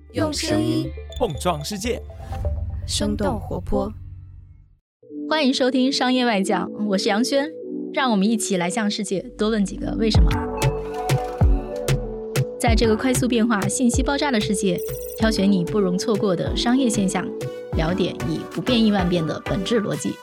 用声音碰撞世界， 生动活泼。 欢迎收听商业外讲，我是杨轩，让我们一起来向世界多问几个为什么。在这个快速变化、信息爆炸的世界，挑选你不容错过的商业现象，了解以不变应万变的本质逻辑。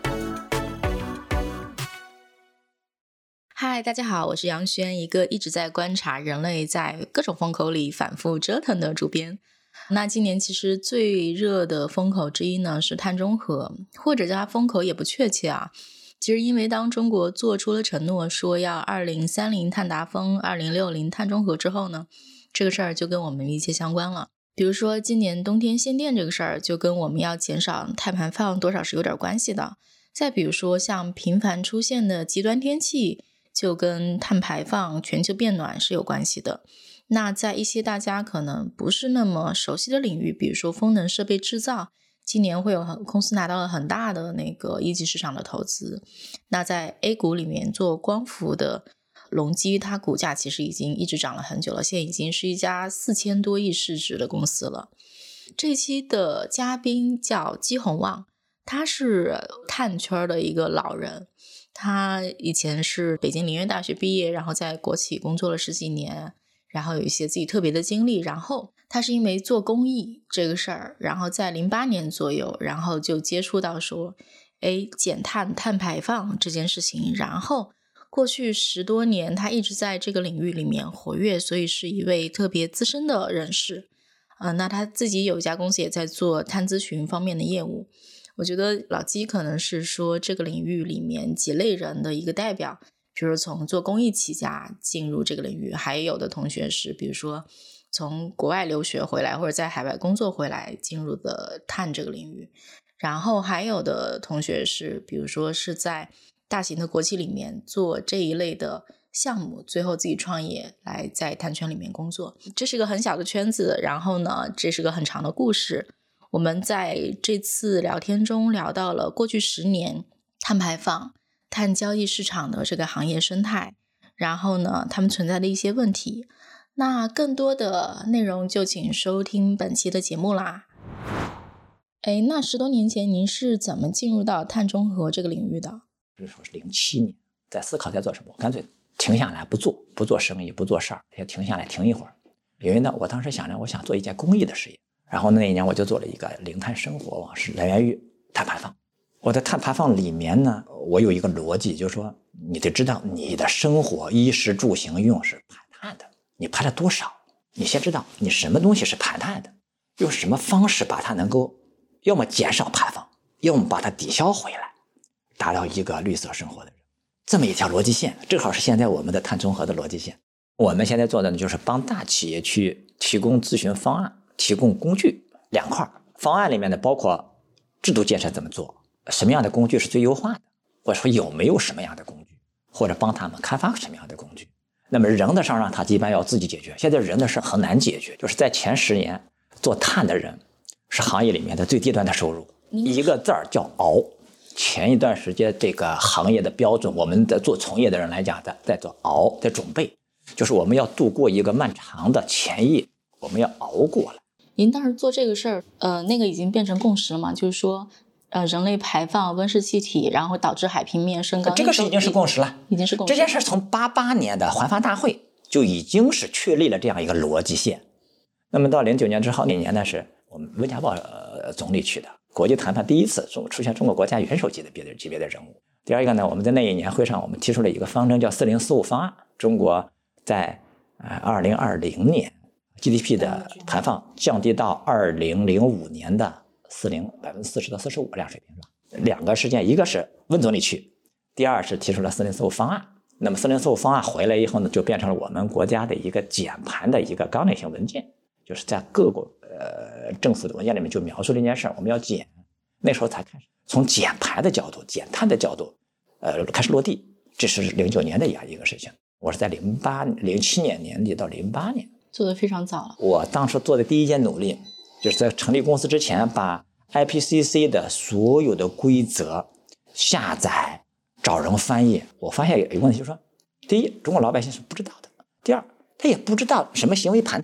嗨，大家好，我是杨轩，一个一直在观察人类在各种风口里反复折腾的主编。那今年其实最热的风口之一呢是碳中和，或者叫它风口也不确切啊。其实因为当中国做出了承诺说要2030碳达峰，2060碳中和之后呢，这个事儿就跟我们密切相关了。比如说今年冬天限电这个事儿，就跟我们要减少碳排放多少是有点关系的。再比如说像频繁出现的极端天气，就跟碳排放、全球变暖是有关系的。那在一些大家可能不是那么熟悉的领域，比如说风能设备制造，今年会有公司拿到了很大的那个一级市场的投资。那在 A 股里面做光伏的隆基，它股价其实已经一直涨了很久了，现在已经是一家4000多亿市值的公司了。这期的嘉宾叫姬洪旺，他是碳圈的一个老人，他以前是北京林业大学毕业，然后在国企工作了10几年，然后有一些自己特别的经历，然后他是因为做公益这个事儿，然后在08年左右，然后就接触到说减碳排放这件事情，然后过去10多年他一直在这个领域里面活跃，所以是一位特别资深的人士。那他自己有一家公司也在做碳咨询方面的业务。我觉得老姬可能是说这个领域里面几类人的一个代表，比如从做公益起家进入这个领域，还有的同学是比如说从国外留学回来或者在海外工作回来进入的碳这个领域，然后还有的同学是比如说是在大型的国企里面做这一类的项目，最后自己创业来在碳圈里面工作。这是一个很小的圈子，然后呢这是个很长的故事。我们在这次聊天中聊到了过去10年碳排放、碳交易市场的这个行业生态，然后呢他们存在的一些问题。那更多的内容就请收听本期的节目啦。那10多年前您是怎么进入到碳中和这个领域的？ 比如说是07年，在思考在做什么，干脆停下来不做生意，不做事儿，也停下来停一会儿。因为呢，我当时想着我想做一件公益的事业，然后那一年我就做了一个零碳生活，是来源于碳排放。我的碳排放里面呢，我有一个逻辑，就是说你得知道你的生活衣食住行用是排碳的，你排了多少，你先知道你什么东西是排碳的，用什么方式把它能够要么减少排放，要么把它抵消回来，达到一个绿色生活的人。这么一条逻辑线，正好是现在我们的碳中和的逻辑线。我们现在做的呢，就是帮大企业去提供咨询方案，提供工具2块。方案里面呢，包括制度建设怎么做，什么样的工具是最优化的，或者说有没有什么样的工具，或者帮他们开发什么样的工具。那么人的事儿呢，他一般要自己解决。现在人的事儿很难解决，就是在前10年做碳的人是行业里面的最低端的收入，一个字儿叫熬。前一段时间这个行业的标准，我们的做从业的人来讲，在做熬，在准备，就是我们要度过一个漫长的前夜，我们要熬过来。 您当时做这个事儿，那个已经变成共识了嘛？就是说，人类排放温室气体，然后导致海平面升高。 这个是已经是共识了， 已经是共识。 这件事从88年的环发大会就已经是确立了这样一个逻辑线。那么到09年之后，那年呢是我们温家宝总理去的国际谈判第一次出现中国国家元首级别的人物。第二个呢，我们在那一年会上我们提出了一个方针叫4045方案，中国在2020年 GDP 的排放降低到2005年的40%到45%这样水平上。2个事件，一个是温总理去，第二是提出了4045方案。那么4045方案回来以后呢，就变成了我们国家的一个减排的一个纲领性文件，就是在各个政府的文件里面就描述这件事，我们要减。那时候才开始从减排的角度、减碳的角度开始落地。这是09年的一个事情。我是在07年年底到08年做得非常早了。 我当时做的第一件努力就是在成立公司之前，把 IPCC 的所有的规则下载找人翻译。我发现有个问题，就是说第一，中国老百姓是不知道的；第二，他也不知道什么行为排碳。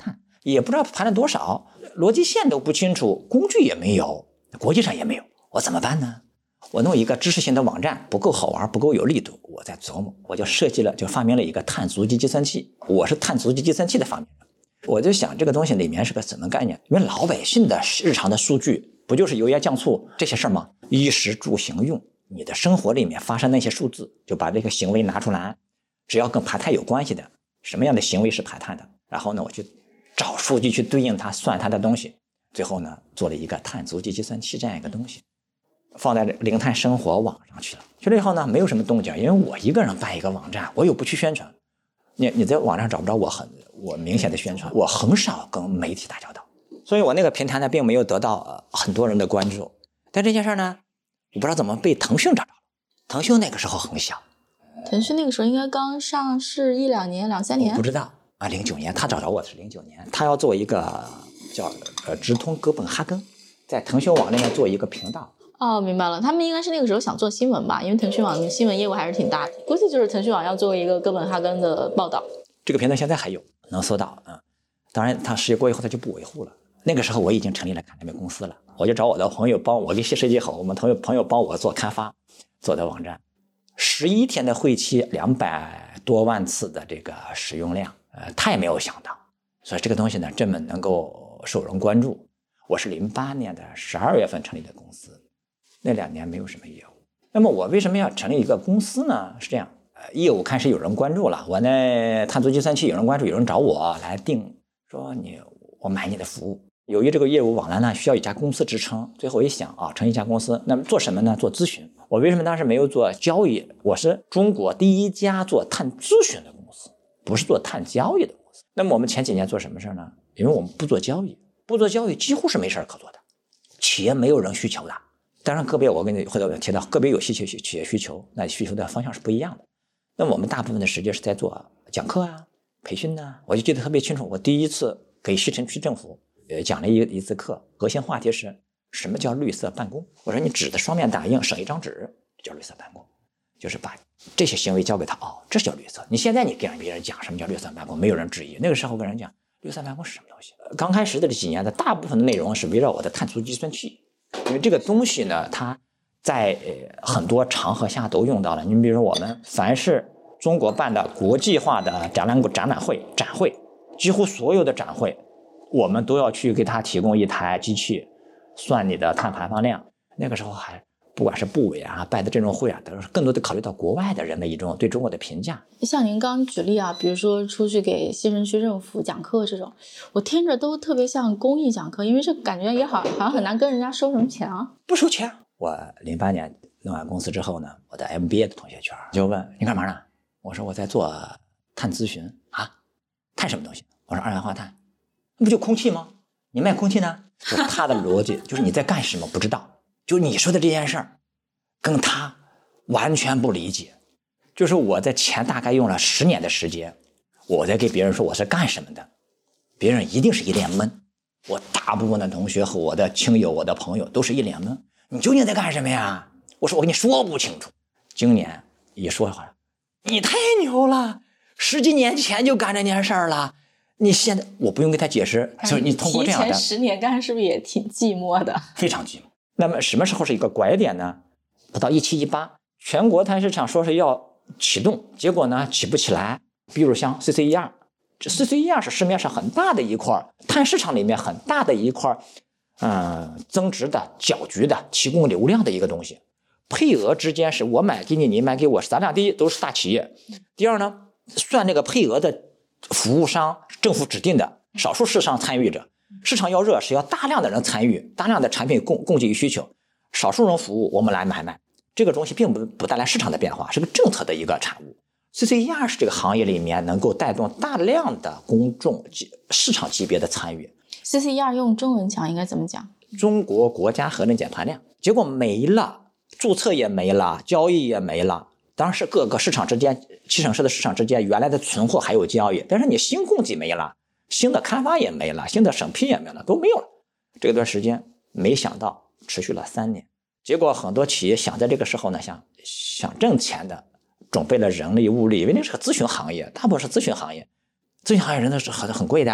也不知道盘了多少，逻辑线都不清楚，工具也没有，国际上也没有，我怎么办呢？我弄一个知识型的网站不够好玩，不够有力度，我在琢磨，我就发明了一个碳足迹计算器。我是碳足迹计算器的发明者，我就想这个东西里面是个什么概念？因为老百姓的日常的数据不就是油盐酱醋这些事儿吗？衣食住行用，你的生活里面发生那些数字，就把这个行为拿出来，只要跟排碳有关系的，什么样的行为是排碳的，然后呢，我就找数据去对应它，算它的东西，最后呢，做了一个碳足迹计算器这样一个东西，放在零碳生活网上去了。去了以后呢，没有什么动静，因为我一个人办一个网站，我又不去宣传，你在网上找不着我明显的宣传，我很少跟媒体打交道，所以我那个平台呢，并没有得到很多人的关注。但这件事呢，我不知道怎么被腾讯找着了。腾讯那个时候很小， 腾讯那个时候应该刚上市1-2年、2-3年， 我不知道啊。09年他找着我是09年，他要做一个叫直通哥本哈根，在腾讯网那边做一个频道。 哦，明白了，他们应该是那个时候想做新闻吧，因为腾讯网的新闻业务还是挺大的，估计就是腾讯网要做一个哥本哈根的报道。 这个频道现在还有能搜到啊。当然他时间过以后他就不维护了。那个时候我已经成立了卡纳美公司了，我就找我的朋友帮我跟设计好，我们朋友帮我做开发，做的网站。11天的会期，200多万次的这个使用量，他也没有想到，所以这个东西呢这么能够受人关注。我是08年的12月份成立的公司，那2年没有什么业务。那么我为什么要成立一个公司呢？是这样，业务开始有人关注了，我那碳足计算器有人关注，有人找我来定，说我买你的服务。由于这个业务往来呢需要一家公司支撑，最后一想啊，成立一家公司，那么做什么呢？做咨询。我为什么当时没有做交易？我是中国第一家做碳咨询的公司，不是做碳交易的公司。那么我们前几年做什么事呢？因为我们不做交易，几乎是没事可做的，企业没有人需求的。当然个别我跟你回头提到，个别有企业需求，那需求的方向是不一样的。那么我们大部分的时间是在做讲课啊、培训啊。我就记得特别清楚，我第一次给西城区政府讲了一次课，核心话题是什么叫绿色办公。我说你纸的双面打印省一张纸叫绿色办公，就是把这些行为交给他，这叫绿色。你现在你跟别人讲什么叫绿色办公，没有人质疑。那个时候跟人讲绿色办公是什么东西，刚开始的这几年的大部分的内容是围绕我的碳足计算器，因为这个东西呢它在很多场合下都用到了。你比如说我们凡是中国办的国际化的展会，几乎所有的展会我们都要去给他提供一台机器算你的碳排放量。那个时候还不管是部委啊办的这种会啊，都是更多的考虑到国外的人的一种对中国的评价。 像您刚举例啊，比如说出去给西城区政府讲课这种，我听着都特别像公益讲课，因为这感觉也好像很难跟人家收什么钱啊。 不收钱。我08年弄完公司之后呢，我的 MBA 的同学圈就问你干嘛呢？我说我在做碳咨询啊。碳什么东西？我说二氧化碳。那不就空气吗？你卖空气呢？他的逻辑就是你在干什么不知道，就你说的这件事儿跟他完全不理解。就是我在前大概用了10年的时间，我在给别人说我是干什么的，别人一定是一脸懵。我大部分的同学和我的亲友我的朋友都是一脸懵，你究竟在干什么呀？我说我跟你说不清楚。今年一说话，你太牛了，10几年前就干这件事儿了，你现在我不用给他解释，就是你通过这样的提前10年干是不是也挺寂寞的？ 非常寂寞。那么什么时候是一个拐点呢？不到17、18，全国碳市场说是要启动，结果呢起不起来。比如像 CCER， 这 CCER 是市面上很大的一块碳市场里面很大的一块增值的搅局的提供流量的一个东西。配额之间是我买给你，你买给我，咱俩第一都是大企业，第二呢算那个配额的服务商政府指定的少数市场参与者。市场要热是要大量的人参与，大量的产品供给与需求，少数人服务我们来买卖。这个东西并不带来市场的变化，是个政策的一个产物。CCER 是这个行业里面能够带动大量的公众市场级别的参与。 CCER 用中文讲应该怎么讲？ 中国国家核能减排量，结果没了，注册也没了，交易也没了。当然是各个市场之间7省市的市场之间原来的存货还有交易，但是你新供给没了，新的开发也没了，新的审批也没了，都没有了。这段时间没想到持续了3年，结果很多企业想在这个时候呢想挣钱的，准备了人力物力，因为那是个咨询行业，大部分是咨询行业，咨询行业人都是很贵的啊，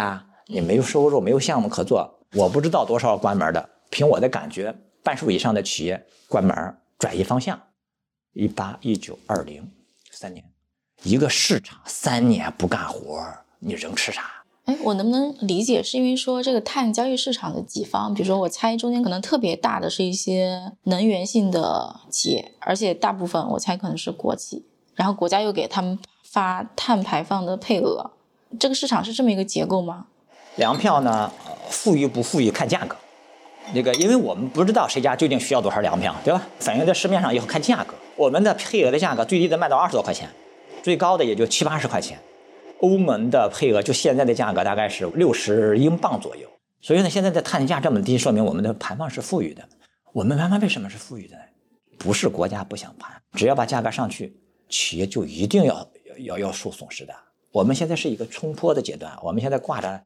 你没有收入，没有项目可做，我不知道多少关门的。凭我的感觉，半数以上的企业关门转移方向。18、19、20 3年，一个市场3年不干活，你仍吃啥？ 我能不能理解是因为说这个碳交易市场的几方，比如说我猜中间可能特别大的是一些能源性的企业，而且大部分我猜可能是国企，然后国家又给他们发碳排放的配额，这个市场是这么一个结构吗？ 粮票呢，富裕不富裕看价格。因为我们不知道谁家究竟需要多少粮票，对吧？反映在市面上以后看价格。我们的配额的价格最低的卖到20多块钱，最高的也就70、80块钱。欧盟的配额就现在的价格大概是60英镑左右。所以呢，现在的碳价这么低，说明我们的排放是富裕的。我们排放为什么是富裕的呢？不是国家不想排，只要把价格上去，企业就一定要受损失的。我们现在是一个冲坡的阶段，我们现在挂着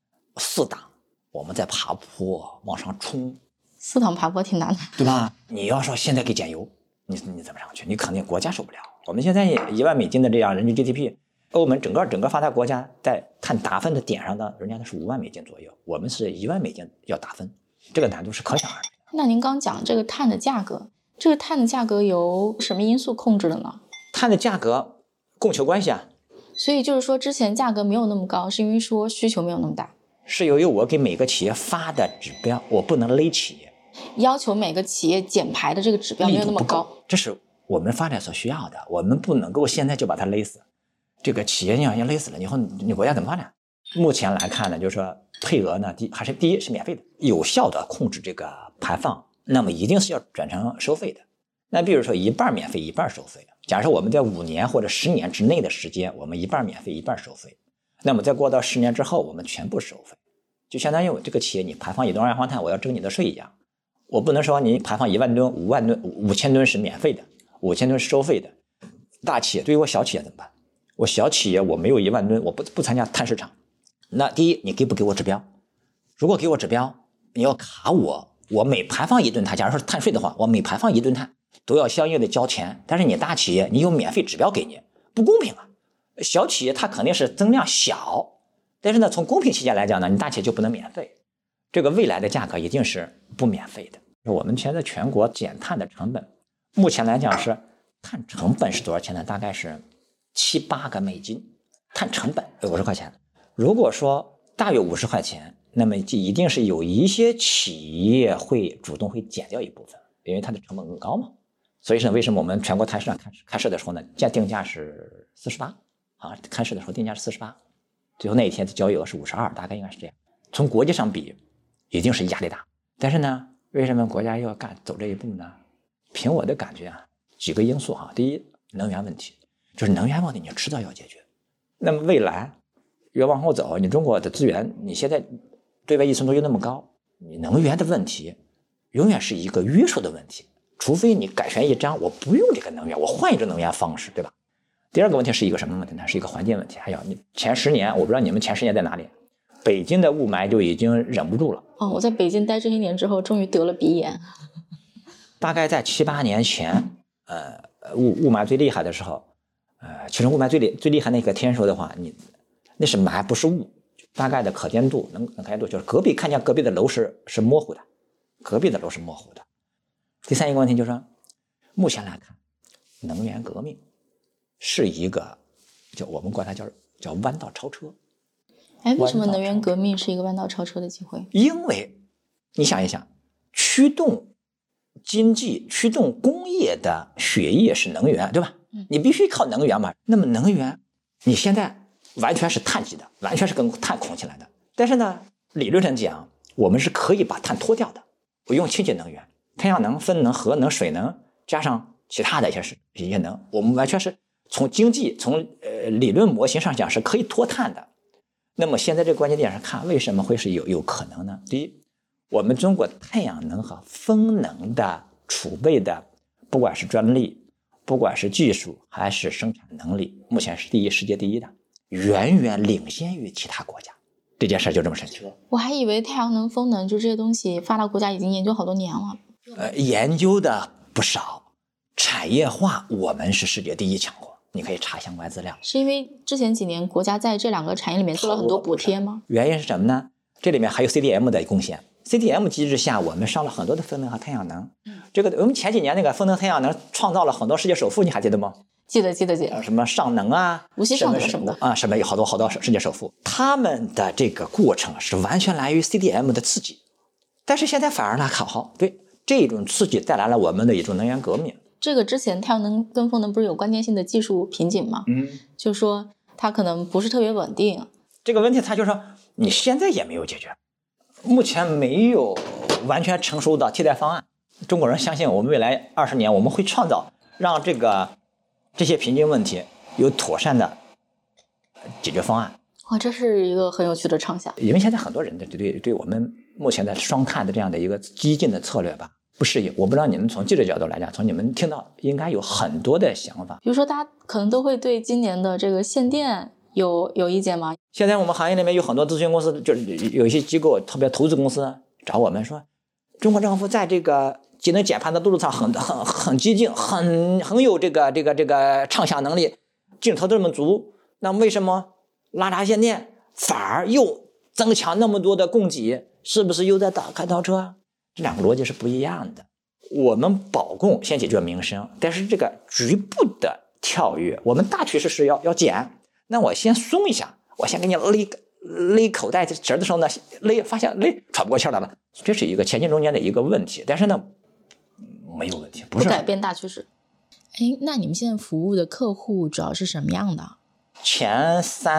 4档。我们在爬坡往上冲 ，4档爬坡挺难的， 对吧？你要说现在给减油，你怎么上去？你肯定国家受不了。我们现在1万美金的这样人均 GDP， 欧盟整个发达国家在碳打分的点上的，人家都是5万美金左右，我们是1万美金要打分，这个难度是可想而知的。 那您刚讲这个碳的价格，这个碳的价格由什么因素控制的呢？ 碳的价格供求关系啊。 所以就是说之前价格没有那么高，是因为说需求没有那么大。 是由于我给每个企业发的指标，我不能勒企业， 要求每个企业减排的这个指标没有那么高， 这是我们发展所需要的。我们不能够现在就把它勒死，这个企业要勒死了以后，你国家怎么发展？目前来看呢，就是说配额呢，还是第一是免费的，有效的控制这个排放，那么一定是要转成收费的。那比如说一半免费，一半收费。假设我们在5年或者10年之内的时间，我们一半免费，一半收费。那么再过到10年之后，我们全部收费，就相当于我这个企业你排放1吨二氧化碳，我要征你的税一样。我不能说你排放1万吨、5万吨、5000吨是免费的，5000吨是收费的。大企业对于我小企业怎么办？我小企业我没有1万吨，我不参加碳市场。那第一，你给不给我指标？如果给我指标，你要卡我每排放1吨碳，假如说是碳税的话，我每排放1吨碳都要相应的交钱。但是你大企业你有免费指标给你，不公平啊！小企业它肯定是增量小，但是呢，从公平起见来讲呢，你大企业就不能免费。这个未来的价格一定是不免费的。我们现在全国减碳的成本，目前来讲是碳成本是多少钱呢？大概是7、8个美金，碳成本50块钱。如果说大于50块钱，那么就一定是有一些企业会主动会减掉一部分，因为它的成本更高嘛。所以说，为什么我们全国碳市场开市的时候呢，定价是48啊？开市的时候定价是48，最后那一天的交易额是52，大概应该是这样。从国际上比，一定是压力大。但是呢，为什么国家要走这一步呢？凭我的感觉啊，几个因素哈。第一，能源问题，就是能源问题你迟早要解决。那么未来越往后走，你中国的资源，你现在对外依存度又那么高，你能源的问题永远是一个约束的问题。除非你改弦易张，我不用这个能源，我换一种能源方式，对吧？第二个问题是一个什么问题呢？是一个环境问题。还有你前10年，我不知道你们前10年在哪里，北京的雾霾就已经忍不住了。 我在北京待这些年之后，终于得了鼻炎。 大概在7、8年前，雾霾最厉害的时候，其实雾霾最厉害那个天数的话，你那是霾不是雾，大概的可见度能看见度就是看见隔壁的楼是模糊的，隔壁的楼是模糊的。第三一个问题就是说，目前来看，能源革命是一个我们管它叫弯道超车。 为什么能源革命是一个弯道超车的机会？ 因为你想一想，驱动经济、驱动工业的血液是能源，对吧？你必须靠能源嘛。那么能源，你现在完全是碳基的，完全是跟碳捆起来的。但是呢，理论上讲，我们是可以把碳脱掉的。我用清洁能源。太阳能、风能、核能、水能，加上其他的一些能，我们完全是从经济、从理论模型上讲是可以脱碳的。那么现在这个关键点上看，为什么会是有可能呢？第一，我们中国太阳能和风能的储备的，不管是专利，不管是技术还是生产能力，目前是世界第一的，远远领先于其他国家。这件事就这么神奇。 我还以为太阳能、风能就这些东西，发达国家已经研究好多年了。 研究的不少，产业化我们是世界第一强国， 你可以查相关资料。 是因为之前几年国家在这2个产业里面做了很多补贴吗？ 原因是什么呢？这里面还有 CDM 的贡献。CDM 机制下，我们上了很多的风能和太阳能。这个我们前几年那个风能太阳能创造了很多世界首富，你还记得吗？ 记得。 什么上能啊， 无锡上能什么的啊，什么有好多世界首富，他们的这个过程是完全来于 CDM 的刺激。但是现在反而呢，好，对这种刺激带来了我们的一种能源革命。 这个之前太阳能跟风能不是有关键性的技术瓶颈吗？就说它可能不是特别稳定。 这个问题它就说你现在也没有解决，目前没有完全成熟的替代方案。中国人相信我们未来20年我们会创造让这些瓶颈问题有妥善的解决方案。 哇，这是一个很有趣的畅想。 因为现在很多人对我们目前的双碳的这样的一个激进的策略吧不适应。我不知道你们从技术角度来讲，从你们听到应该有很多的想法。 比如说大家可能都会对今年的这个限电有意见吗？ 现在我们行业里面有很多咨询公司，就是有一些机构特别投资公司找我们说，中国政府在这个节能减排的路上很激进，很有这个畅想能力，劲头这么足，那为什么拉闸限电反而又增强那么多的供给？是不是又在打开倒车？这2个逻辑是不一样的。我们保供先解决民生，但是这个局部的跳跃，我们大趋势是要减，那我先松一下，我先给你勒口袋绳的时候呢，发现喘不过气来了，这是一个前进中间的一个问题。但是呢，没有问题，不改变大趋势。那你们现在服务的客户主要是什么样的？ 前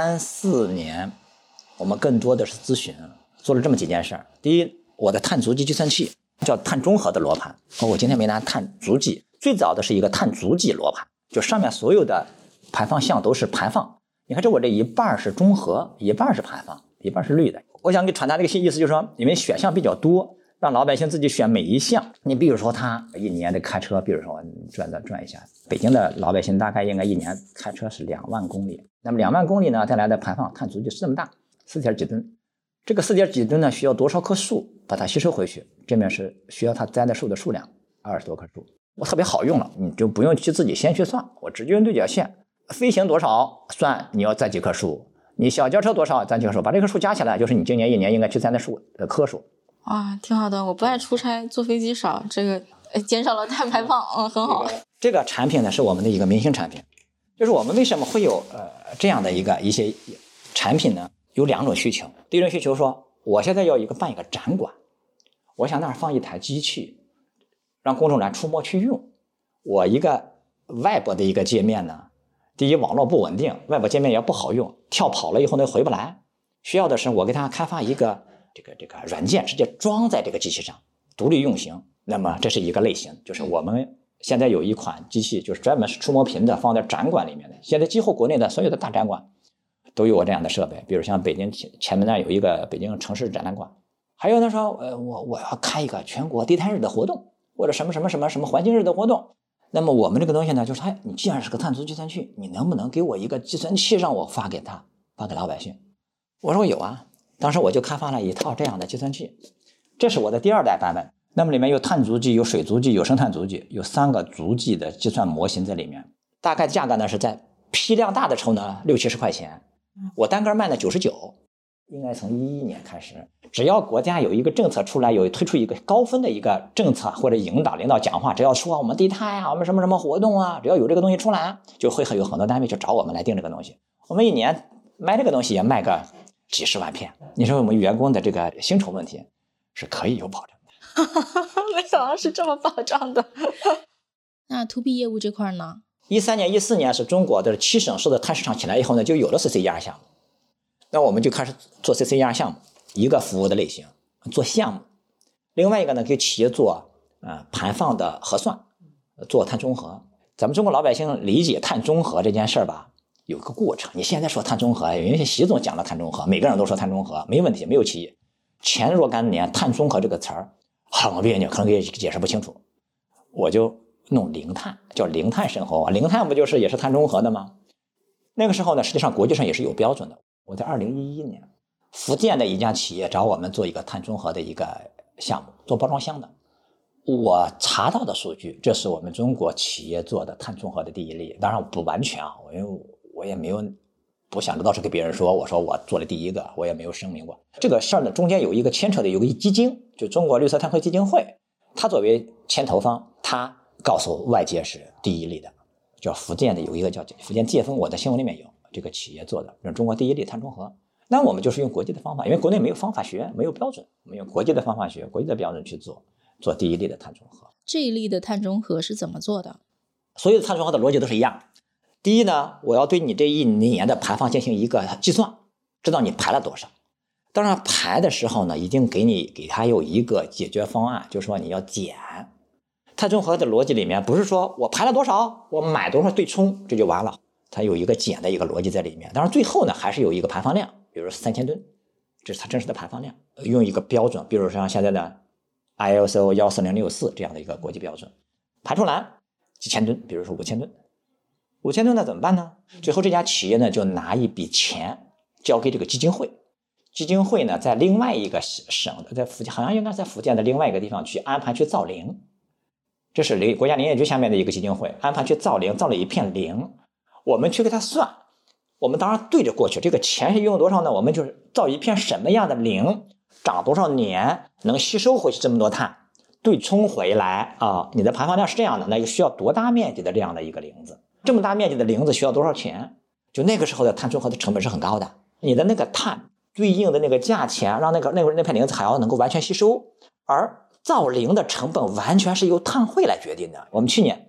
3、4年，我们更多的是咨询，做了这么几件事。第一，我的碳足迹计算器叫碳中和的罗盘，我今天没拿碳足迹，最早的是一个碳足迹罗盘，就上面所有的排放项都是排放。你看我这一半是中和，一半是排放，一半是绿的。我想给传达这个意思就是说，因为选项比较多，让老百姓自己选每一项。你比如说他一年的开车，比如说转一下，北京的老百姓大概应该一年开车是2万公里，那么2万公里呢带来的排放碳足迹是这么大，4点几吨。这个4点几吨呢需要多少棵树把它吸收回去？这面是需要它栽的树的数量，20多棵树。我特别好用了，你就不用去自己先去算，我直接用对角线，飞行多少算你要栽几棵树，你小轿车多少栽几棵树，把这棵树加起来就是你今年一年应该去栽的树的棵数。 啊，挺好的。我不爱出差，坐飞机少，这个减少了碳排放，很好。 这个产品呢是我们的一个明星产品，就是我们为什么会有这样的一些产品呢？有2种需求。第一种需求说，我现在要办一个展馆，我想那儿放一台机器，让公众来触摸去用。我一个外部的一个界面呢，第一网络不稳定，外部界面也不好用，跳跑了以后呢回不来。需要的是我给他开发一个这个软件，直接装在这个机器上，独立运行。那么这是一个类型，就是我们现在有一款机器，就是专门是触摸屏的，放在展馆里面的。现在几乎国内的所有的大展馆都有我这样的设备，比如像北京前门站有一个北京城市展览馆，还有他说我要开一个全国低碳日的活动，或者什么环境日的活动。那么我们这个东西呢，就是你既然是个碳足计算器，你能不能给我一个计算器让我发给老百姓？我说有啊，当时我就开发了一套这样的计算器，这是我的第2代版本。那么里面有碳足迹，有水足迹，有生态足迹，有3个足迹的计算模型在里面。大概价格呢是在批量大的时候呢60-70块钱，我单个卖了99。应该从11年开始，只要国家有一个政策出来，有推出一个高分的一个政策或者引导领导讲话，只要说我们低碳呀，我们什么活动啊，只要有这个东西出来，就会有很多单位去找我们来订这个东西。我们一年卖这个东西也卖个几十万片。你说我们员工的这个薪酬问题是可以有保障的。 没想到是这么保障的。那 to B 业务这块呢 ？13年、14年是中国的7省市的碳市场起来以后呢，就有了 CCER 项目。那我们就开始做 CCER 项目，一个服务的类型做项目，另外一个呢给企业做排放的核算，做碳中和。咱们中国老百姓理解碳中和这件事吧，有个过程。你现在说碳中和，因为习总讲了碳中和，每个人都说碳中和没问题，没有歧义。前若干年碳中和这个词儿很别扭，可能也解释不清楚，我就弄零碳，叫零碳生活。零碳不就是也是碳中和的吗？那个时候呢，实际上国际上也是有标准的。我在2011年，福建的一家企业找我们做一个碳中和的一个项目，做包装箱的。 我查到的数据，这是我们中国企业做的碳中和的第一例，当然不完全啊，因为我也没有不想到处给别人说，我说我做了第一个，我也没有声明过这个事儿呢。中间有一个牵扯的有个基金，就中国绿色碳汇基金会，它作为牵头方，它告诉外界是第一例的，叫福建的有一个叫福建界丰，我的新闻里面有这个企业做的，是中国第一例碳中和。那我们就是用国际的方法，因为国内没有方法学，没有标准，我们用国际的方法学、国际的标准去做第一例的碳中和。 这一例的碳中和是怎么做的？ 所有的碳中和的逻辑都是一样。第一呢，我要对你这一年的排放进行一个计算，知道你排了多少。当然排的时候呢，已经给它有一个解决方案，就是说你要减。碳中和的逻辑里面不是说我排了多少，我买多少对冲这就完了，它有一个减的一个逻辑在里面。当然最后呢，还是有一个排放量，比如3000吨，这是它真实的排放量，用一个标准，比如像现在的 ISO 14064这样的一个国际标准，排出来几千吨，比如说5000吨，5000吨呢怎么办呢？最后这家企业呢就拿一笔钱交给这个基金会，基金会呢在另外一个省，在福建，好像应该在福建的另外一个地方去安排去造林，这是国家林业局下面的一个基金会安排去造林，造了一片林，我们去给他算，我们当然对着过去，这个钱是用多少呢？我们就是造一片什么样的林，长多少年能吸收回去这么多碳，对冲回来啊，你的排放量是这样的，那就需要多大面积的这样的一个林子，这么大面积的林子需要多少钱？就那个时候的碳中和的成本是很高的，你的那个碳对应的那个价钱，让那片林子还要能够完全吸收，而造林的成本完全是由碳汇来决定的。我们去年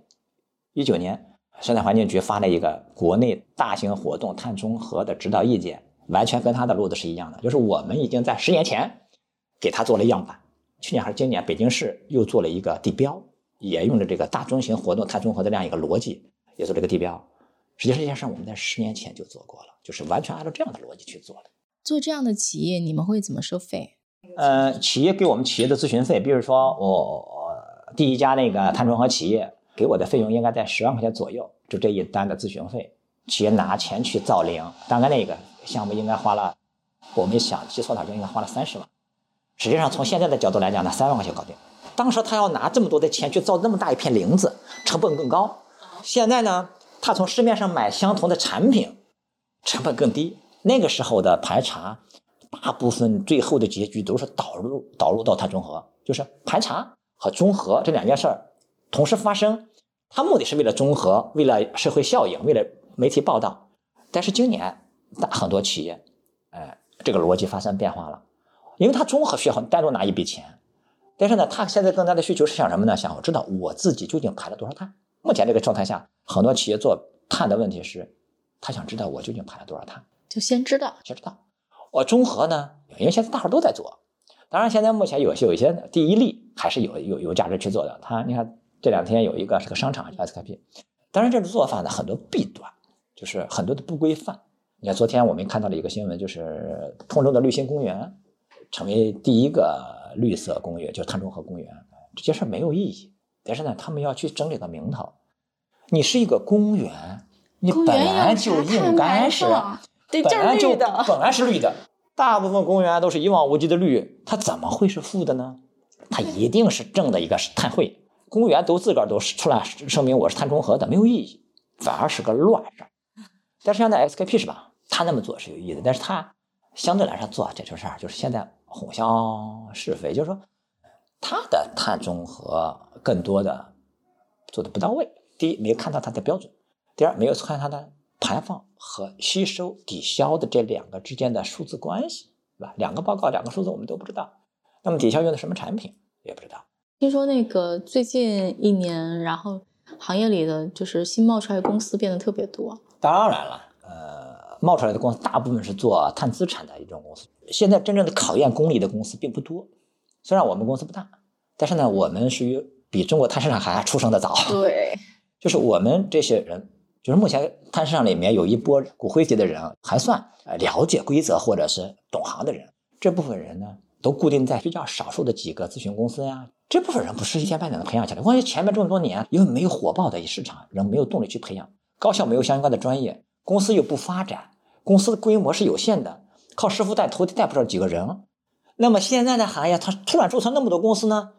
19年，生态环境局发了一个国内大型活动碳中和的指导意见，完全跟它的路子是一样的，就是我们已经在10年前给它做了样板，去年还是今年，北京市又做了一个地标，也用了这个大中型活动碳中和的这样一个逻辑，也做了一个地标。实际上这件事我们在10年前就做过了，就是完全按照这样的逻辑去做的。 做这样的企业你们会怎么收费？ 企业给我们企业的咨询费，比如说我第一家那个碳中和企业给我的费用应该在10万块钱左右，就这一单的咨询费。企业拿钱去造林，大概那个项目应该花了，我们想计算就应该花了30万。实际上从现在的角度来讲呢，3万块钱搞定。当时他要拿这么多的钱去造那么大一片林子，成本更高。现在呢，他从市面上买相同的产品，成本更低。那个时候的排查，大部分最后的结局都是导入到碳中和，就是排查和中和这两件事儿同时发生，它目的是为了中和，为了社会效应，为了媒体报道。但是今年很多企业，这个逻辑发生变化了，因为它中和需要单独拿一笔钱，但是呢，他现在更大的需求是想什么呢？想我知道我自己究竟排了多少碳。目前这个状态下，很多企业做碳的问题是，他想知道我究竟排了多少碳， 就先知道。 我中和呢，因为现在大伙都在做，当然现在目前有一些第一例还是有价值去做的。你看这2天有一个是个商场 SKP， 当然这种做法呢很多弊端，就是很多的不规范。你看昨天我们看到了一个新闻，就是通州的绿心公园成为第一个绿色公园，就是碳中和公园，这件事没有意义。但是呢，他们要去争这个名头。你是一个公园，你本来就应该是对，本来是绿的，大部分公园都是一望无际的绿，它怎么会是负的呢？它一定是正的一个碳汇。公园都自个儿都出来声明我是碳中和的，没有意义，反而是个乱事。但是现在 SKP 是吧？他那么做是有意义的，但是他相对来说做这种事儿，就是现在混淆是非，就是说他的碳中和更多的做的不到位。第一，没有看到它的标准；第二，没有看它的排放和吸收抵消的这两个之间的数字关系，对吧？2个报告2个数字我们都不知道，那么抵消用的什么产品也不知道。 听说那个最近1年，然后行业里的就是新冒出来的公司变得特别多。 当然了，冒出来的公司大部分是做碳资产的一种公司。现在真正的考验功力的公司并不多，虽然我们公司不大，但是呢，我们属于比中国碳市场还出生的早。 对， 就是我们这些人，就是目前碳市场里面有一波骨灰级的人，还算了解规则或者是懂行的人。这部分人呢，都固定在比较少数的几个咨询公司呀。这部分人不是一天半载能培养起来，关键前面这么多年，因为没有火爆的市场，人没有动力去培养，高校没有相关的专业，公司又不发展，公司的规模是有限的，靠师傅带徒弟带不着几个人。那么现在的行业，它突然注册那么多公司呢，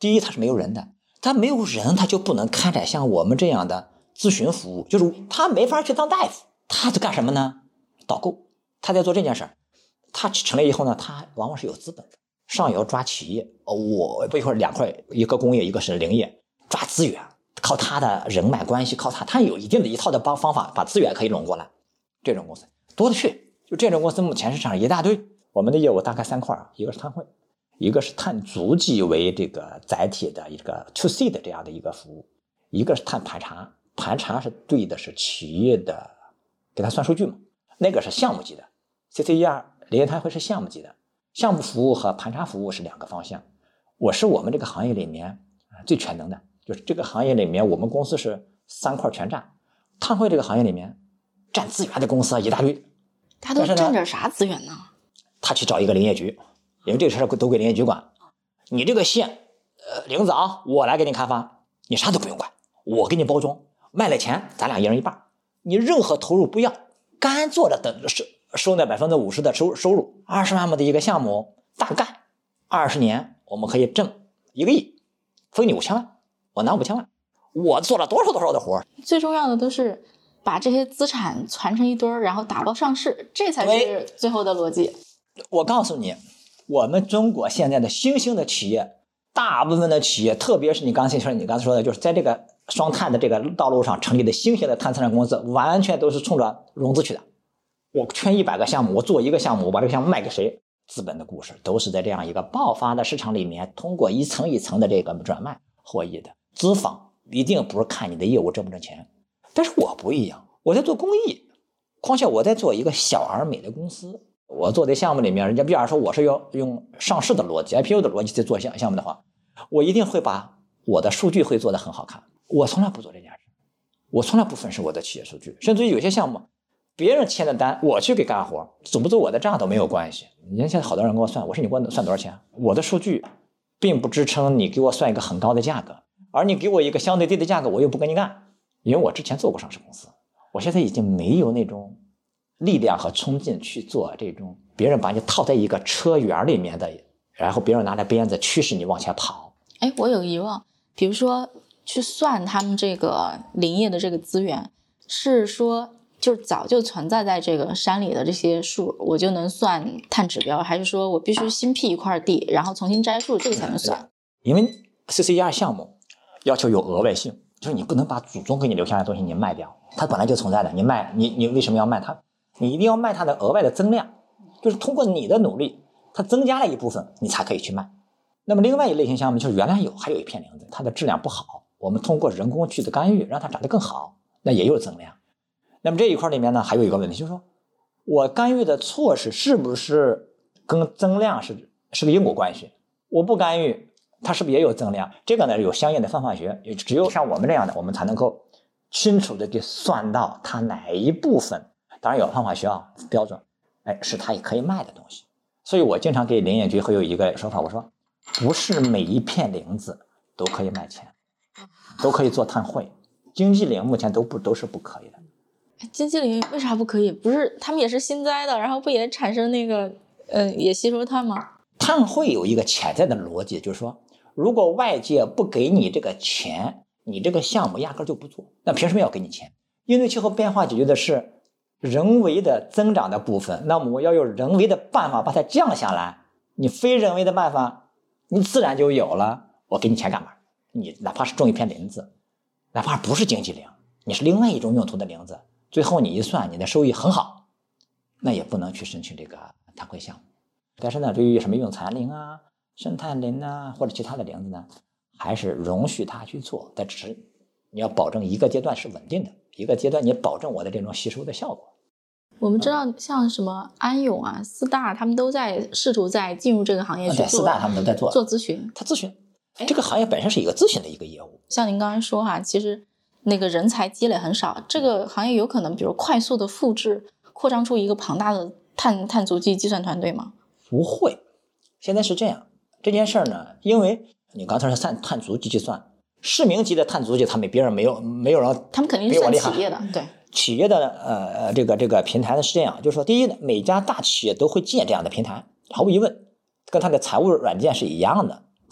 第一，它是没有人的，它没有人，它就不能开展像我们这样的咨询服务，就是他没法去当大夫，他在干什么呢？导购，他在做这件事儿。他成立以后呢，他往往是有资本的，上游抓企业，我不一会儿两块，一个工业，一个是林业，抓资源，靠他的人脉关系，靠他有一定的一套的方法，把资源可以拢过来。这种公司多的去，就这种公司目前市场上一大堆。我们的业务大概3块，一个是碳汇，一个是碳足迹为这个载体的一个 to C 的这样的一个服务，一个是碳盘查，盘查是对的是企业的，给他算数据嘛，那个是项目级的。CCER 林业碳汇是项目级的，项目服务和盘查服务是2个方向。我是我们这个行业里面最全能的，就是这个行业里面我们公司是3块全占。碳汇这个行业里面占资源的公司一大堆， 他都占点啥资源呢？ 他去找一个林业局，因为这个事儿都归林业局管。你这个县，林子啊，我来给你开发，你啥都不用管，我给你包装，卖了钱咱俩一人一半，你任何投入不要，干坐着等收那50%的收入，20万亩的一个项目，大概20年我们可以挣1个亿，分你5000万，我拿5000万，我做了多少的活。 最重要的都是把这些资产攒成一堆儿，然后打包上市，这才是最后的逻辑。 我告诉你，我们中国现在的新兴的企业，大部分的企业，特别是你刚才说的，就是在这个双碳的这个道路上成立的新型的碳生产公司，完全都是冲着融资去的。我圈100个项目，我做一个项目，我把这个项目卖给谁？资本的故事都是在这样一个爆发的市场里面，通过一层一层的这个转卖获益的。资方一定不是看你的业务挣不挣钱，但是我不一样，我在做公益，况且我在做一个小而美的公司。我做的项目里面，人家比方说我是要用上市的逻辑 IPO 的逻辑在做项目的话，我一定会把我的数据会做得很好看。我从来不做这件事，我从来不粉饰我的企业数据，甚至于有些项目别人签的单我去给干活，走不走我的账都没有关系。你看现在好多人给我算，我说你给我算多少钱，我的数据并不支撑你给我算一个很高的价格，而你给我一个相对低的价格我又不跟你干，因为我之前做过上市公司，我现在已经没有那种力量和冲劲去做这种别人把你套在一个车辕里面的，然后别人拿着鞭子驱使你往前跑。 我有疑问，比如说去算他们这个林业的这个资源，是说就早就存在在这个山里的这些树我就能算碳指标，还是说我必须新辟一块地然后重新摘树这个才能算？ 因为 CCER 项目要求有额外性，就是你不能把祖宗给你留下来的东西你卖掉，它本来就存在的，你卖你为什么要卖它？你一定要卖它的额外的增量，就是通过你的努力它增加了一部分你才可以去卖。那么另外一类型项目就是原来还有一片林子，它的质量不好，我们通过人工去的干预让它长得更好，那也有增量。那么这一块里面呢还有一个问题，就是说我干预的措施是不是跟增量是个因果关系？我不干预它是不是也有增量？这个呢有相应的方法学，也只有像我们这样的我们才能够清楚的去算到它哪一部分，当然有方法学标准，是它也可以卖的东西。所以我经常给林业局会有一个说法，我说不是每一片林子都可以卖钱，都可以做碳汇，经济林目前都是不可以的。 经济林为啥不可以？不是他们也是新栽的，然后不也产生那个也吸收碳吗？ 碳汇有一个潜在的逻辑，就是说如果外界不给你这个钱，你这个项目压根就不做，那凭什么要给你钱？应对气候变化解决的是人为的增长的部分，那么我要用人为的办法把它降下来，你非人为的办法你自然就有了，我给你钱干嘛？你哪怕是种一片林子，哪怕不是经济林，你是另外一种用途的林子，最后你一算你的收益很好，那也不能去申请这个碳汇项目。但是呢，对于什么用残林啊、生态林啊或者其他的林子呢，还是容许它去做，但只是你要保证一个阶段是稳定的，一个阶段你保证我的这种吸收的效果。 我们知道像什么安永啊、四大他们都在试图在进入这个行业去做， 四大他们都在做咨询， 他咨询这个行业本身是一个咨询的一个业务。 像您刚才说其实那个人才积累很少，这个行业有可能比如快速的复制扩张出一个庞大的碳足迹计算团队吗？ 不会，现在是这样，这件事呢，因为你刚才说碳足迹计算，市民级的碳足迹他们别人没有人， 他们肯定是算企业的，对。 企业的这个平台呢是这样，就是说第一呢，每家大企业都会建这样的平台，毫无疑问跟它的财务软件是一样的，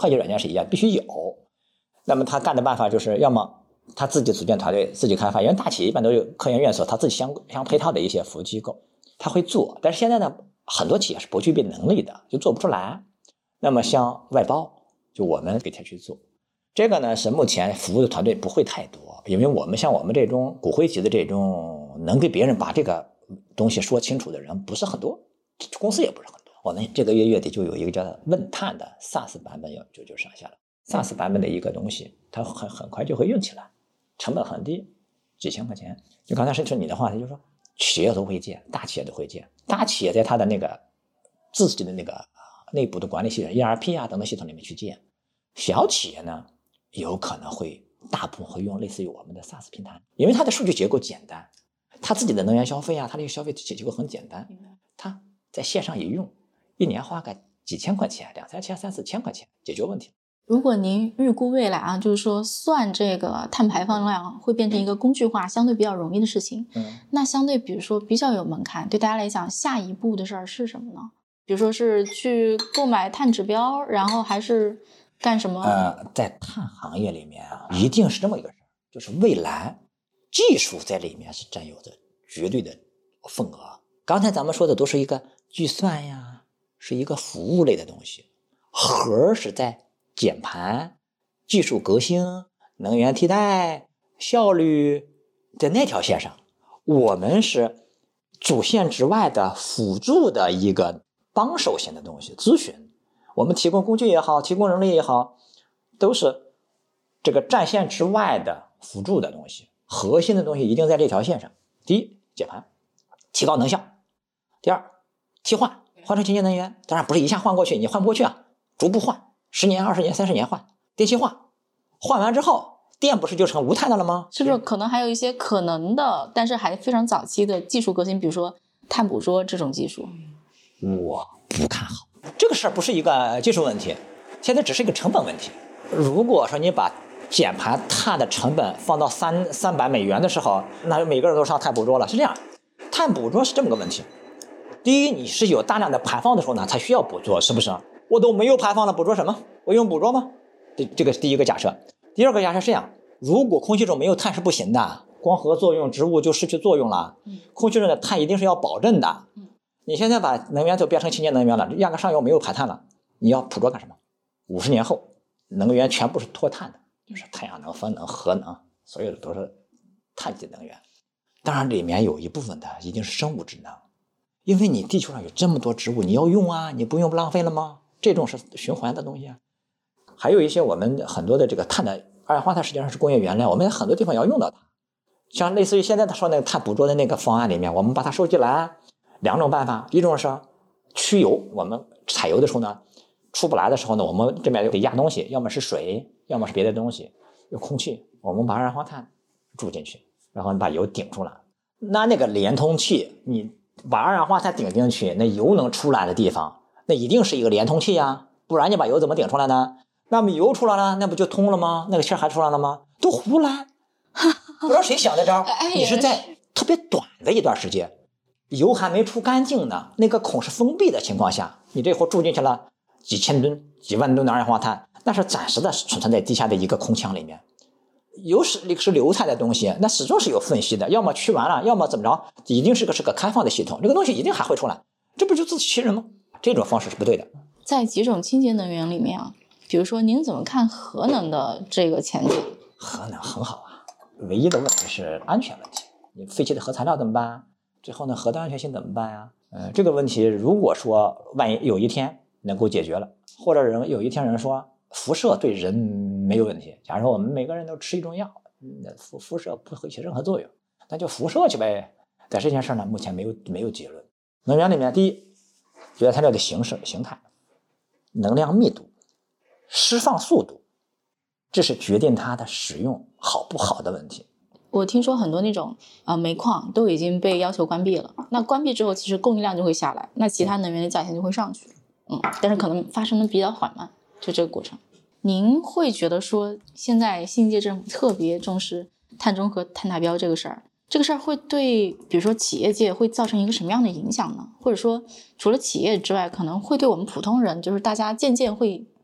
会计软件是一样，必须有。那么他干的办法就是，要么他自己组建团队，自己开发，因为大企业一般都有科研院所，他自己相配套的一些服务机构，他会做。但是现在呢，很多企业是不具备能力的，就做不出来。那么像外包，就我们给他去做。这个呢是目前服务的团队不会太多，因为我们像我们这种骨灰级的这种能给别人把这个东西说清楚的人不是很多，公司也不是很多。我们这个月底就有一个叫问探的 SaaS 版本就上线了。SaaS 版本的一个东西，它很快就会用起来，成本很低，几千块钱。就刚才是你的话，就是说企业都会建，大企业都会建，大企业在它的那个自己的那个内部的管理系统 ERP 啊等等系统里面去建。小企业呢，有可能会大部分会用类似于我们的 SaaS 平台，因为它的数据结构简单，它自己的能源消费啊，它这个消费结构很简单，它在线上一用，一年花个几千块钱，2、3千、3、4千块钱解决问题。 如果您预估未来啊，就是说算这个碳排放量会变成一个工具化相对比较容易的事情，那相对比如说比较有门槛，对大家来讲下一步的事儿是什么呢？比如说是去购买碳指标，然后还是干什么？ 在碳行业里面啊，一定是这么一个事儿，就是未来技术在里面是占有着绝对的份额。刚才咱们说的都是一个计算呀，是一个服务类的东西，核是在减排、技术革新、能源替代、效率在那条线上，我们是主线之外的辅助的一个帮手型的东西，咨询。我们提供工具也好，提供人力也好，都是这个战线之外的辅助的东西，核心的东西一定在这条线上。第一，减排，提高能效；第二，替换成清洁能源。当然不是一下换过去，你换不过去啊，逐步换，10年、20年、30年换。电气化，换完之后，电不是就成无碳的了吗？ 是不是可能还有一些可能的，但是还非常早期的技术革新，比如说碳捕捉这种技术？ 我不看好。这个事儿不是一个技术问题，现在只是一个成本问题。如果说你把减排碳的成本放到300美元的时候，那每个人都上碳捕捉了。是这样，碳捕捉是这么个问题。第一，你是有大量的排放的时候呢，才需要捕捉，是不是？我都没有排放了，捕捉什么？我用捕捉吗？这个是第一个假设。第二个假设是这样，如果空气中没有碳是不行的，光合作用植物就失去作用了。空气中的碳一定是要保证的。你现在把能源都变成清洁能源了，压根上游没有排碳了，你要捕捉干什么？50年后能源全部是脱碳的，就是太阳能、风能、核能，所有的都是碳基能源。当然里面有一部分的一定是生物质能，因为你地球上有这么多植物，你要用啊，你不用不浪费了吗？这种是循环的东西啊。还有一些我们很多的这个碳的二氧化碳实际上是工业原料，我们很多地方要用到它。像类似于现在他说那个碳捕捉的那个方案里面，我们把它收集来，2种办法，一种是驱油，我们采油的时候呢，出不来的时候呢，我们这边得压东西，要么是水，要么是别的东西，有空气，我们把二氧化碳注进去，然后把油顶出来。那个连通器，你把二氧化碳顶进去，那油能出来的地方，那一定是一个连通器呀，不然你把油怎么顶出来呢？那么油出来了，那不就通了吗？那个气儿还出来了吗？都胡来，不知道谁想的招。你是在特别短的一段时间，油还没出干净呢，那个孔是封闭的情况下，你这会注进去了几千吨、几万吨的二氧化碳，那是暂时的存在在地下的一个空腔里面。油是流态的东西，那始终是有缝隙的，要么驱完了，要么怎么着，一定是个开放的系统，这个东西一定还会出来，这不就自欺欺人吗？这种方式是不对的。 在几种清洁能源里面啊，比如说您怎么看核能的这个前景？ 核能很好啊，唯一的问题是安全问题，你废弃的核材料怎么办？最后呢，核的安全性怎么办呀？这个问题如果说万一有一天能够解决了，或者有一天人说辐射对人没有问题，假如说我们每个人都吃一种药，辐射不会起任何作用，那就辐射去呗。但这件事呢，目前没有结论。能源里面，第一，绝缘材料的形态、能量密度、释放速度，这是决定它的使用好不好的问题。 我听说很多那种煤矿都已经被要求关闭了，那关闭之后其实供应量就会下来，那其他能源的价钱就会上去，但是可能发生的比较缓慢，就这个过程。您会觉得说现在新一届政府特别重视碳中和、碳达标这个事儿会对比如说企业界会造成一个什么样的影响呢？或者说除了企业之外，可能会对我们普通人，就是大家渐渐会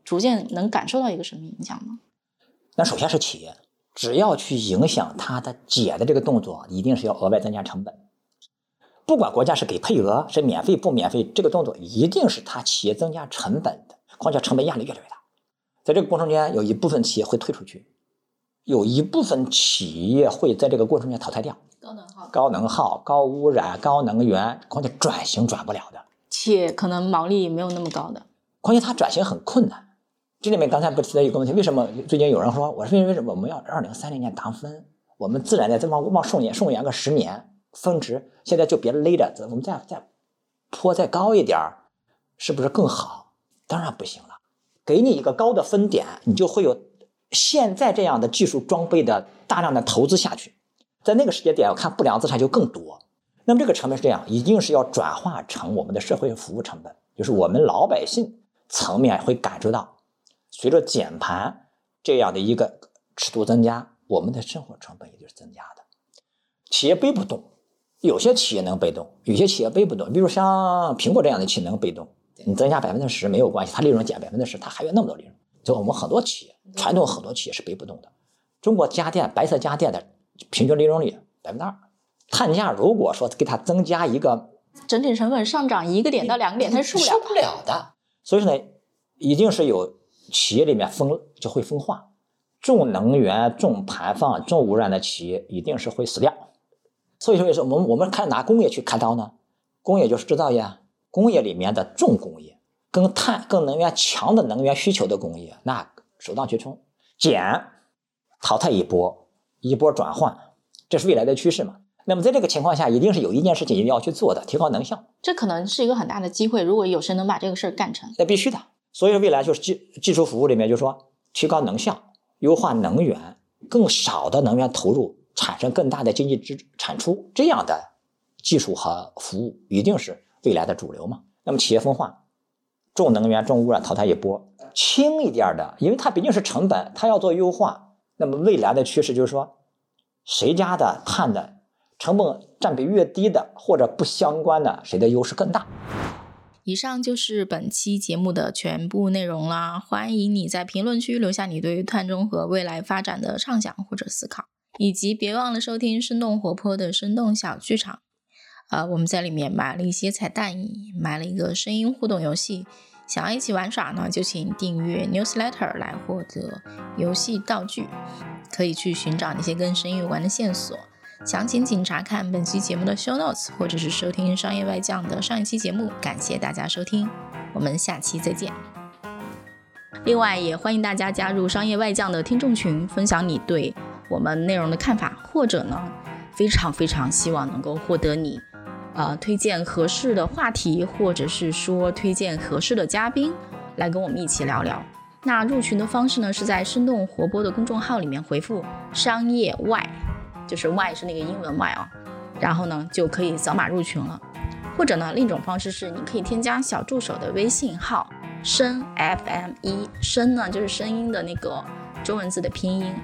逐渐能感受到一个什么影响吗？ 那首先是企业，只要去影响它的解的这个动作，一定是要额外增加成本。不管国家是给配额是免费不免费，这个动作一定是它企业增加成本的，况且成本压力越来越大。在这个过程中间，有一部分企业会退出去，有一部分企业会在这个过程中间淘汰掉。高能耗、高污染、高能源，况且转型转不了的， 且可能毛利没有那么高的， 况且它转型很困难。这里面刚才不提到一个问题，为什么最近有人说，我说为什么我们要2030年达分？我们自然的再往送延个10年峰值，现在就别勒着，我们再坡再高一点，是不是更好？当然不行了。给你一个高的分点，你就会有现在这样的技术装备的大量的投资下去，在那个时间点，我看不良资产就更多。那么这个成本是这样，一定是要转化成我们的社会服务成本，就是我们老百姓层面会感受到，随着减盘这样的一个尺度增加，我们的生活成本也就是增加的。企业背不动，有些企业能被动，有些企业背不动。比如像苹果这样的企业能被动，你增加10%没有关系，它利润减10%，它还有那么多利润。就我们很多企业，传统很多企业是背不动的。中国家电白色家电的平均利润率2%，碳价如果说给它增加一个整体成本上涨1个点到2个点，它是受不了的。所以说呢，一定是有企业里面就会分化，重能源、重排放、重污染的企业一定是会死掉。所以说我们看拿工业去开刀呢，工业就是制造业，工业里面的重工业更能源强的能源需求的工业，那首当其冲，淘汰一波转换，这是未来的趋势嘛。那么在这个情况下，一定是有一件事情一定要去做的，提高能效。 这可能是一个很大的机会，如果有谁能把这个事儿干成， 那必须的。所以说未来就是技术服务里面就是说提高能效，优化能源，更少的能源投入，产生更大的经济产出，这样的技术和服务一定是未来的主流嘛。那么企业分化，重能源重污染淘汰一波，轻一点的，因为它毕竟是成本，它要做优化。那么未来的趋势就是说，谁家的碳的成本占比越低的或者不相关的，谁的优势更大。 以上就是本期节目的全部内容啦，欢迎你在评论区留下你对于碳中和未来发展的畅想或者思考，以及别忘了收听生动活泼的生动小剧场。我们在里面买了一些彩蛋，买了一个声音互动游戏，想要一起玩耍呢，就请订阅 newsletter 来获得游戏道具，可以去寻找那些跟声音有关的线索。详情请查看本期节目的 show notes， 或者是收听商业外将的上一期节目。感谢大家收听，我们下期再见。另外也欢迎大家加入商业外将的听众群，分享你对我们内容的看法，或者呢非常非常希望能够获得你推荐合适的话题，或者是说推荐合适的嘉宾来跟我们一起聊聊。那入群的方式呢，是在生动活泼的公众号里面回复商业外，就是外是那个英文外然后呢就可以扫码入群了。或者呢另一种方式是你可以添加小助手的微信号声 FM1， 声呢就是声音的那个中文字的拼音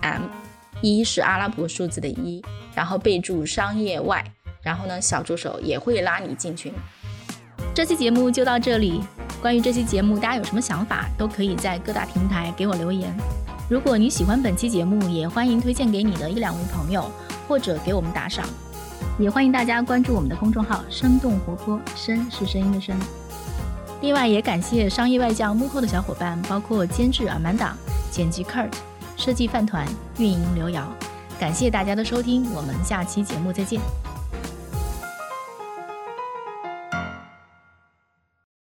FM，1 是阿拉伯数字的1，然后备注商业外，然后呢小助手也会拉你进群。这期节目就到这里，关于这期节目大家有什么想法都可以在各大平台给我留言。如果你喜欢本期节目，也欢迎推荐给你的1-2位朋友，或者给我们打赏。也欢迎大家关注我们的公众号生动活泼，声是声音的声。另外也感谢商业外将幕后的小伙伴，包括监制阿曼达、剪辑 Kurt、设计饭团、运营刘瑶。感谢大家的收听，我们下期节目再见。